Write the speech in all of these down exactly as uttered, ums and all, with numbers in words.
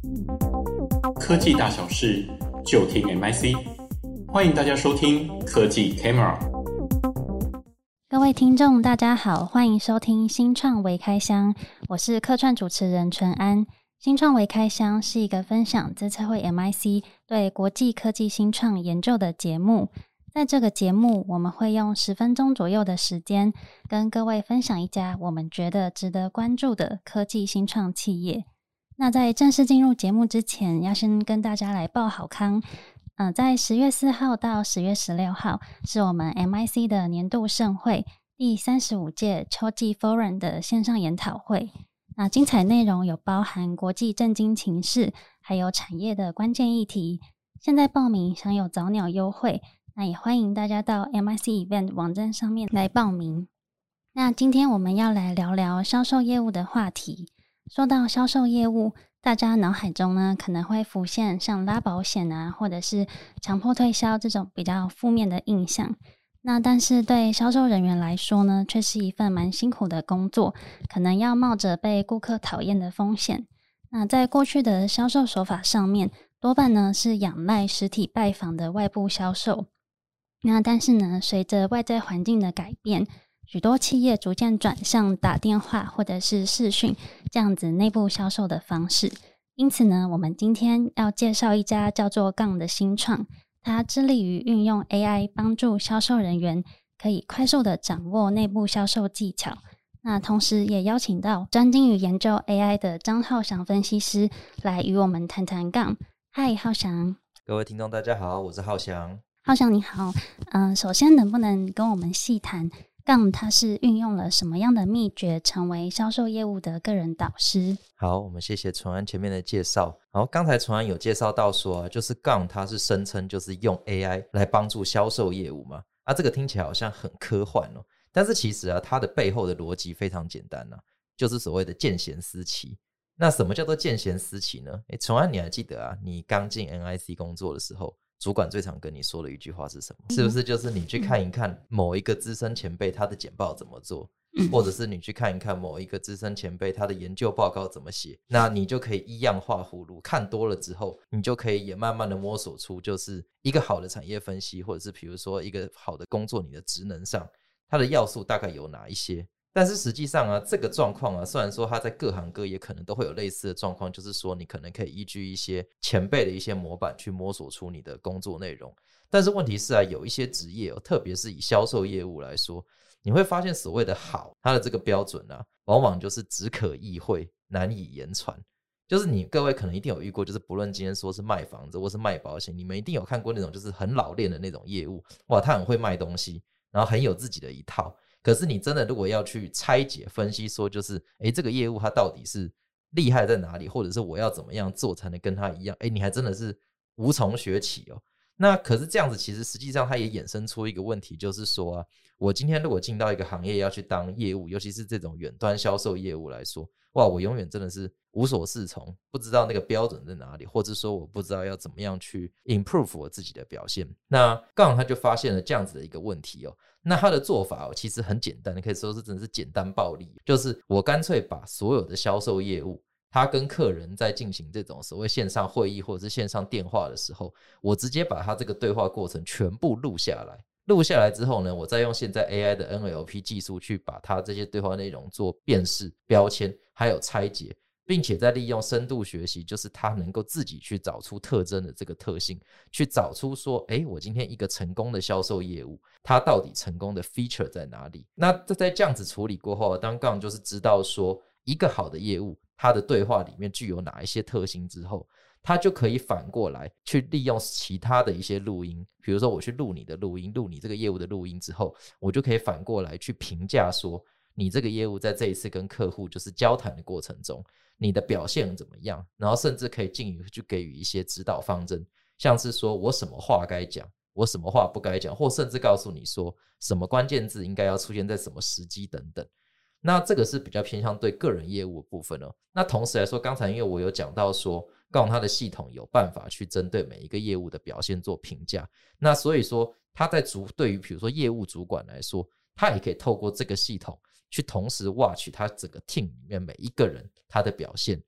科技大小事，就听 M I C。欢迎大家收听科技 Camera。 各位听众大家好，欢迎收听新创微开箱，我是客串主持人纯安。新创微开箱是一个分享资策会 M I C 对国际科技新创研究的节目。在这个节目，我们会用十分钟左右的时间，跟各位分享一家我们觉得值得关注的科技新创企业。那在正式进入节目之前，要先跟大家来报好康。呃，在十月四号到十月十六号是我们 M I C 的年度盛会，第三十五届秋季 Forum 的线上研讨会。那精彩内容有包含国际政经情势，还有产业的关键议题。现在报名享有早鸟优惠，那也欢迎大家到 M I C Event 网站上面来报名。那今天我们要来聊聊销售业务的话题。说到销售业务，大家脑海中呢可能会浮现像拉保险啊，或者是强迫推销这种比较负面的印象。那但是对销售人员来说呢，却是一份蛮辛苦的工作，可能要冒着被顾客讨厌的风险。那在过去的销售手法上面，多半呢是仰赖实体拜访的外部销售。那但是呢，随着外在环境的改变，许多企业逐渐转向打电话或者是视讯这样子内部销售的方式。因此呢，我们今天要介绍一家叫做 Gong 的新创，它致力于运用 A I 帮助销售人员可以快速的掌握内部销售技巧。那同时也邀请到专精于研究 A I 的张浩翔分析师来与我们谈谈 Gong。 嗨，浩翔。 各位听众大家好，我是浩翔。 浩翔你好，呃，首先能不能跟我们细谈Gong它是运用了什么样的秘诀成为销售业务的个人导师？ 好，我们谢谢纯安前面的介绍。好，刚才纯安有介绍到说、啊、就是 Gong 它是声称就是用 A I 来帮助销售业务嘛，啊，这个听起来好像很科幻哦，但是其实啊，它的背后的逻辑非常简单啊，就是所谓的见贤思齐。那什么叫做见贤思齐呢？诶，纯安你还记得啊，你刚进 M I C 工作的时候，主管最常跟你说的一句话是什么？是不是就是你去看一看某一个资深前辈他的简报怎么做，或者是你去看一看某一个资深前辈他的研究报告怎么写，那你就可以依样画葫芦，看多了之后，你就可以也慢慢的摸索出就是一个好的产业分析，或者是比如说一个好的工作你的职能上它的要素大概有哪一些。但是实际上啊，这个状况啊，虽然说它在各行各业可能都会有类似的状况，就是说你可能可以依据一些前辈的一些模板去摸索出你的工作内容，但是问题是啊，有一些职业、哦、特别是以销售业务来说，你会发现所谓的好，它的这个标准啊，往往就是只可意会，难以言传。就是你各位可能一定有遇过，就是不论今天说是卖房子或是卖保险，你们一定有看过那种就是很老练的那种业务，哇，他很会卖东西，然后很有自己的一套。可是你真的如果要去拆解分析说就是诶这个业务它到底是厉害在哪里，或者是我要怎么样做才能跟它一样，诶你还真的是无从学起哦。那可是这样子其实实际上它也衍生出一个问题，就是说啊，我今天如果进到一个行业要去当业务，尤其是这种远端销售业务来说，哇，我永远真的是无所适从，不知道那个标准在哪里，或者说我不知道要怎么样去 improve 我自己的表现。那刚好他就发现了这样子的一个问题哦。那他的做法、哦、其实很简单，可以说是真的是简单暴力，就是我干脆把所有的销售业务，他跟客人在进行这种所谓线上会议或者是线上电话的时候，我直接把他这个对话过程全部录下来。录下来之后呢，我再用现在 A I 的 N L P 技术去把它这些对话内容做辨识、标签还有拆解，并且再利用深度学习，就是它能够自己去找出特征的这个特性，去找出说诶我今天一个成功的销售业务，它到底成功的 feature 在哪里。那在这样子处理过后，当刚就是知道说一个好的业务它的对话里面具有哪一些特性之后，他就可以反过来去利用其他的一些录音，比如说我去录你的录音，录你这个业务的录音之后，我就可以反过来去评价说你这个业务在这一次跟客户就是交谈的过程中你的表现怎么样，然后甚至可以进一步去给予一些指导方针，像是说我什么话该讲，我什么话不该讲，或甚至告诉你说什么关键字应该要出现在什么时机等等。那这个是比较偏向对个人业务的部分哦。那同时来说，刚才因为我有讲到说Gong它的系统有办法去针对每一个业务的表现做评价，那所以说它在主对于比如说业务主管来说，他也可以透过这个系统去同时 watch 他整个 team 里面每一个人他的表现，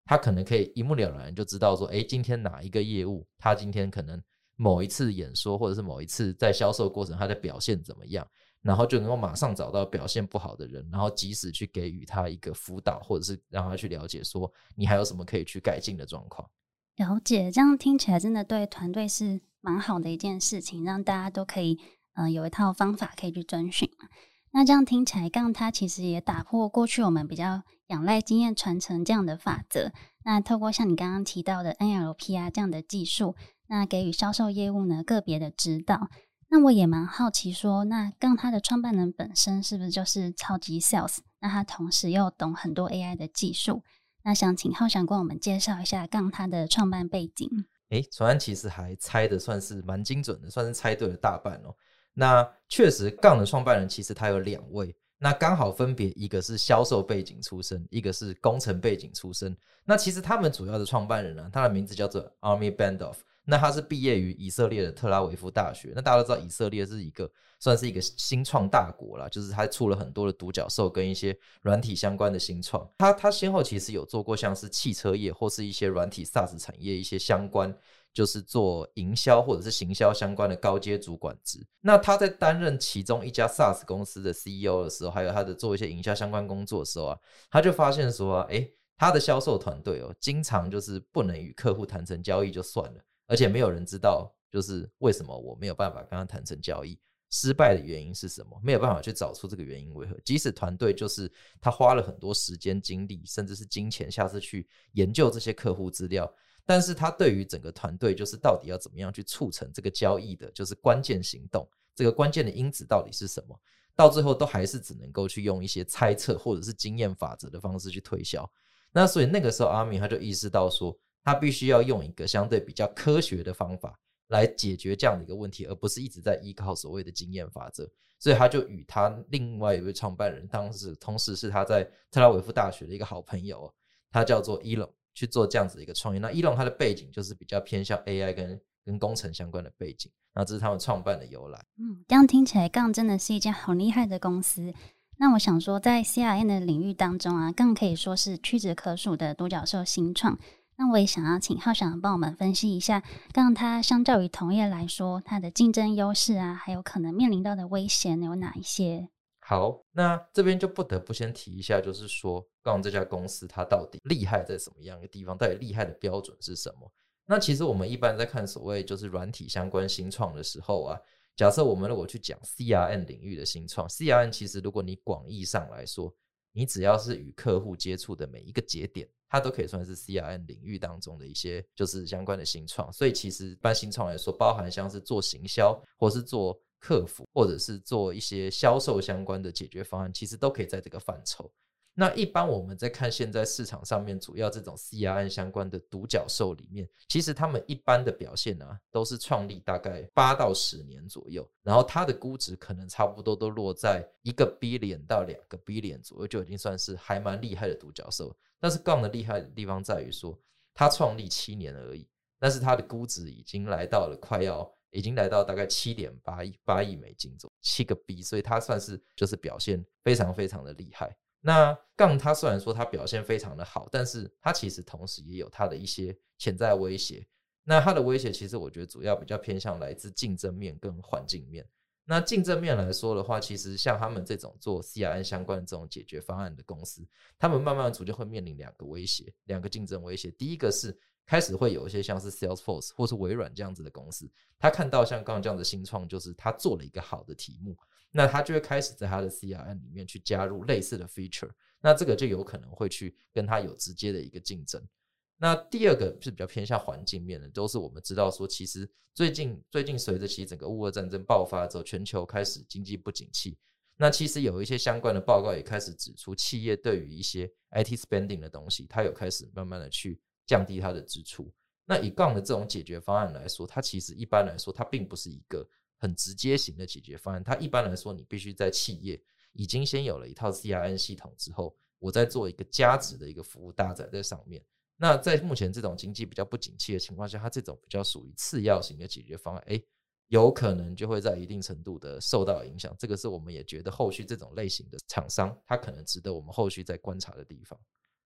他可能可以一目了然就知道说，哎，今天哪一个业务，他今天可能某一次演说或者是某一次在销售过程他的表现怎么样，然后就能够马上找到表现不好的人，然后及时去给予他一个辅导，或者是让他去了解说你还有什么可以去改进的状况。 了解，这样听起来真的对团队是蛮好的一件事情，让大家都可以呃有一套方法可以去遵循嘛。那这样听起来，杠它其实也打破过去我们比较仰赖经验传承这样的法则。那透过像你刚刚提到的 N L P 啊这样的技术，那给予销售业务呢个别的指导。那我也蛮好奇说，那杠它的创办人本身是不是就是超级 sales？ 那他同时又懂很多 A I 的技术。那想请浩翔跟我们介绍一下杠它的创办背景。 诶，传安其实还猜的算是蛮精准的，算是猜对了大半哦。那确实杠的创办人其实他有两位，那刚好分别一个是销售背景出身，一个是工程背景出身。那其实他们主要的创办人呢、啊，他的名字叫做 Army Bandoff。那他是毕业于以色列的特拉维夫大学。那大家都知道以色列是一个算是一个新创大国啦，就是他出了很多的独角兽跟一些软体相关的新创。他他先后其实有做过像是汽车业或是一些软体 SaaS 产业一些相关，就是做营销或者是行销相关的高阶主管职。那他在担任其中一家 SaaS 公司的 C E O 的时候，还有他的做一些营销相关工作的时候啊，他就发现说啊，诶，他的销售团队哦，经常就是不能与客户谈成交易就算了，而且没有人知道就是为什么我没有办法跟他谈成交易，失败的原因是什么，没有办法去找出这个原因为何。即使团队就是他花了很多时间精力甚至是金钱下次去研究这些客户资料，但是他对于整个团队就是到底要怎么样去促成这个交易的就是关键行动，这个关键的因子到底是什么，到最后都还是只能够去用一些猜测或者是经验法则的方式去推销。那所以那个时候阿米他就意识到说，他必须要用一个相对比较科学的方法来解决这样的一个问题，而不是一直在依靠所谓的经验法则。所以他就与他另外一位创办人，当时同时是他在特拉维夫大学的一个好朋友，他叫做 Elon， 去做这样子的一个创业。那 Elon 他的背景就是比较偏向 A I 跟跟工程相关的背景，那这是他们创办的由来。 嗯，这样听起来杠真的是一间很厉害的公司。那我想说，在 C R M 的领域当中啊，杠可以说是屈指可数的独角兽新创。那我也想要请浩翔帮我们分析一下，杠它相较于同业来说，它的竞争优势啊，还有可能面临到的危险有哪一些？ 好，那这边就不得不先提一下，就是说杠这家公司它到底厉害在什么样的地方，到底厉害的标准是什么。那其实我们一般在看所谓就是软体相关新创的时候啊，假设我们如果去讲 C R M 领域的新创， C R M 其实如果你广义上来说，你只要是与客户接触的每一个节点，它都可以算是 C R M 领域当中的一些就是相关的新创。所以其实一般新创来说，包含像是做行销或是做客服或者是做一些销售相关的解决方案，其实都可以在这个范畴。那一般我们在看现在市场上面主要这种 C R M 相关的独角兽里面，其实他们一般的表现啊，都是创立大概八到十年左右，然后它的估值可能差不多都落在一个 billion 到两个 billion 左右，就已经算是还蛮厉害的独角兽。但是杠的厉害的地方在于说，它创立七年而已，但是它的估值已经来到了快要已经来到大概 七点八亿八亿美金左右，七个 B， 所以它算是就是表现非常非常的厉害。那杠它虽然说它表现非常的好，但是它其实同时也有它的一些潜在威胁。那它的威胁其实我觉得主要比较偏向来自竞争面跟环境面。那竞争面来说的话，其实像他们这种做 C R M 相关的这种解决方案的公司，他们慢慢逐渐会面临两个威胁，两个竞争威胁。第一个是开始会有一些像是 Salesforce 或是微软这样子的公司，他看到像刚刚这样的新创，就是他做了一个好的题目，那他就会开始在他的 C R M 里面去加入类似的 feature， 那这个就有可能会去跟他有直接的一个竞争。那第二个是比较偏向环境面的，都是我们知道说，其实最近最近随着其实整个乌俄战争爆发之后，全球开始经济不景气，那其实有一些相关的报告也开始指出，企业对于一些 I T spending 的东西，它有开始慢慢的去降低它的支出。那以杠的这种解决方案来说，它其实一般来说它并不是一个很直接型的解决方案，它一般来说你必须在企业已经先有了一套 C R M 系统之后，我再做一个加值的一个服务搭载在上面。那在目前这种经济比较不景气的情况下，它这种比较属于次要型的解决方案，诶，有可能就会在一定程度的受到影响。这个是我们也觉得后续这种类型的厂商，它可能值得我们后续再观察的地方。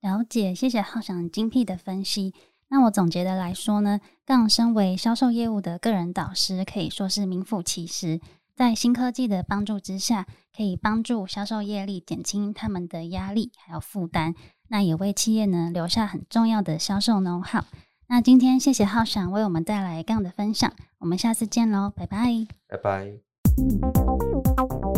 了解，谢谢浩翔精辟的分析。那我总结的来说呢，杠身为销售业务的个人导师，可以说是名副其实，在新科技的帮助之下，可以帮助销售业力减轻他们的压力还有负担，那也为企业呢留下很重要的销售 know how。那今天谢谢浩翔为我们带来杠的分享，我们下次见喽，拜拜， 拜拜。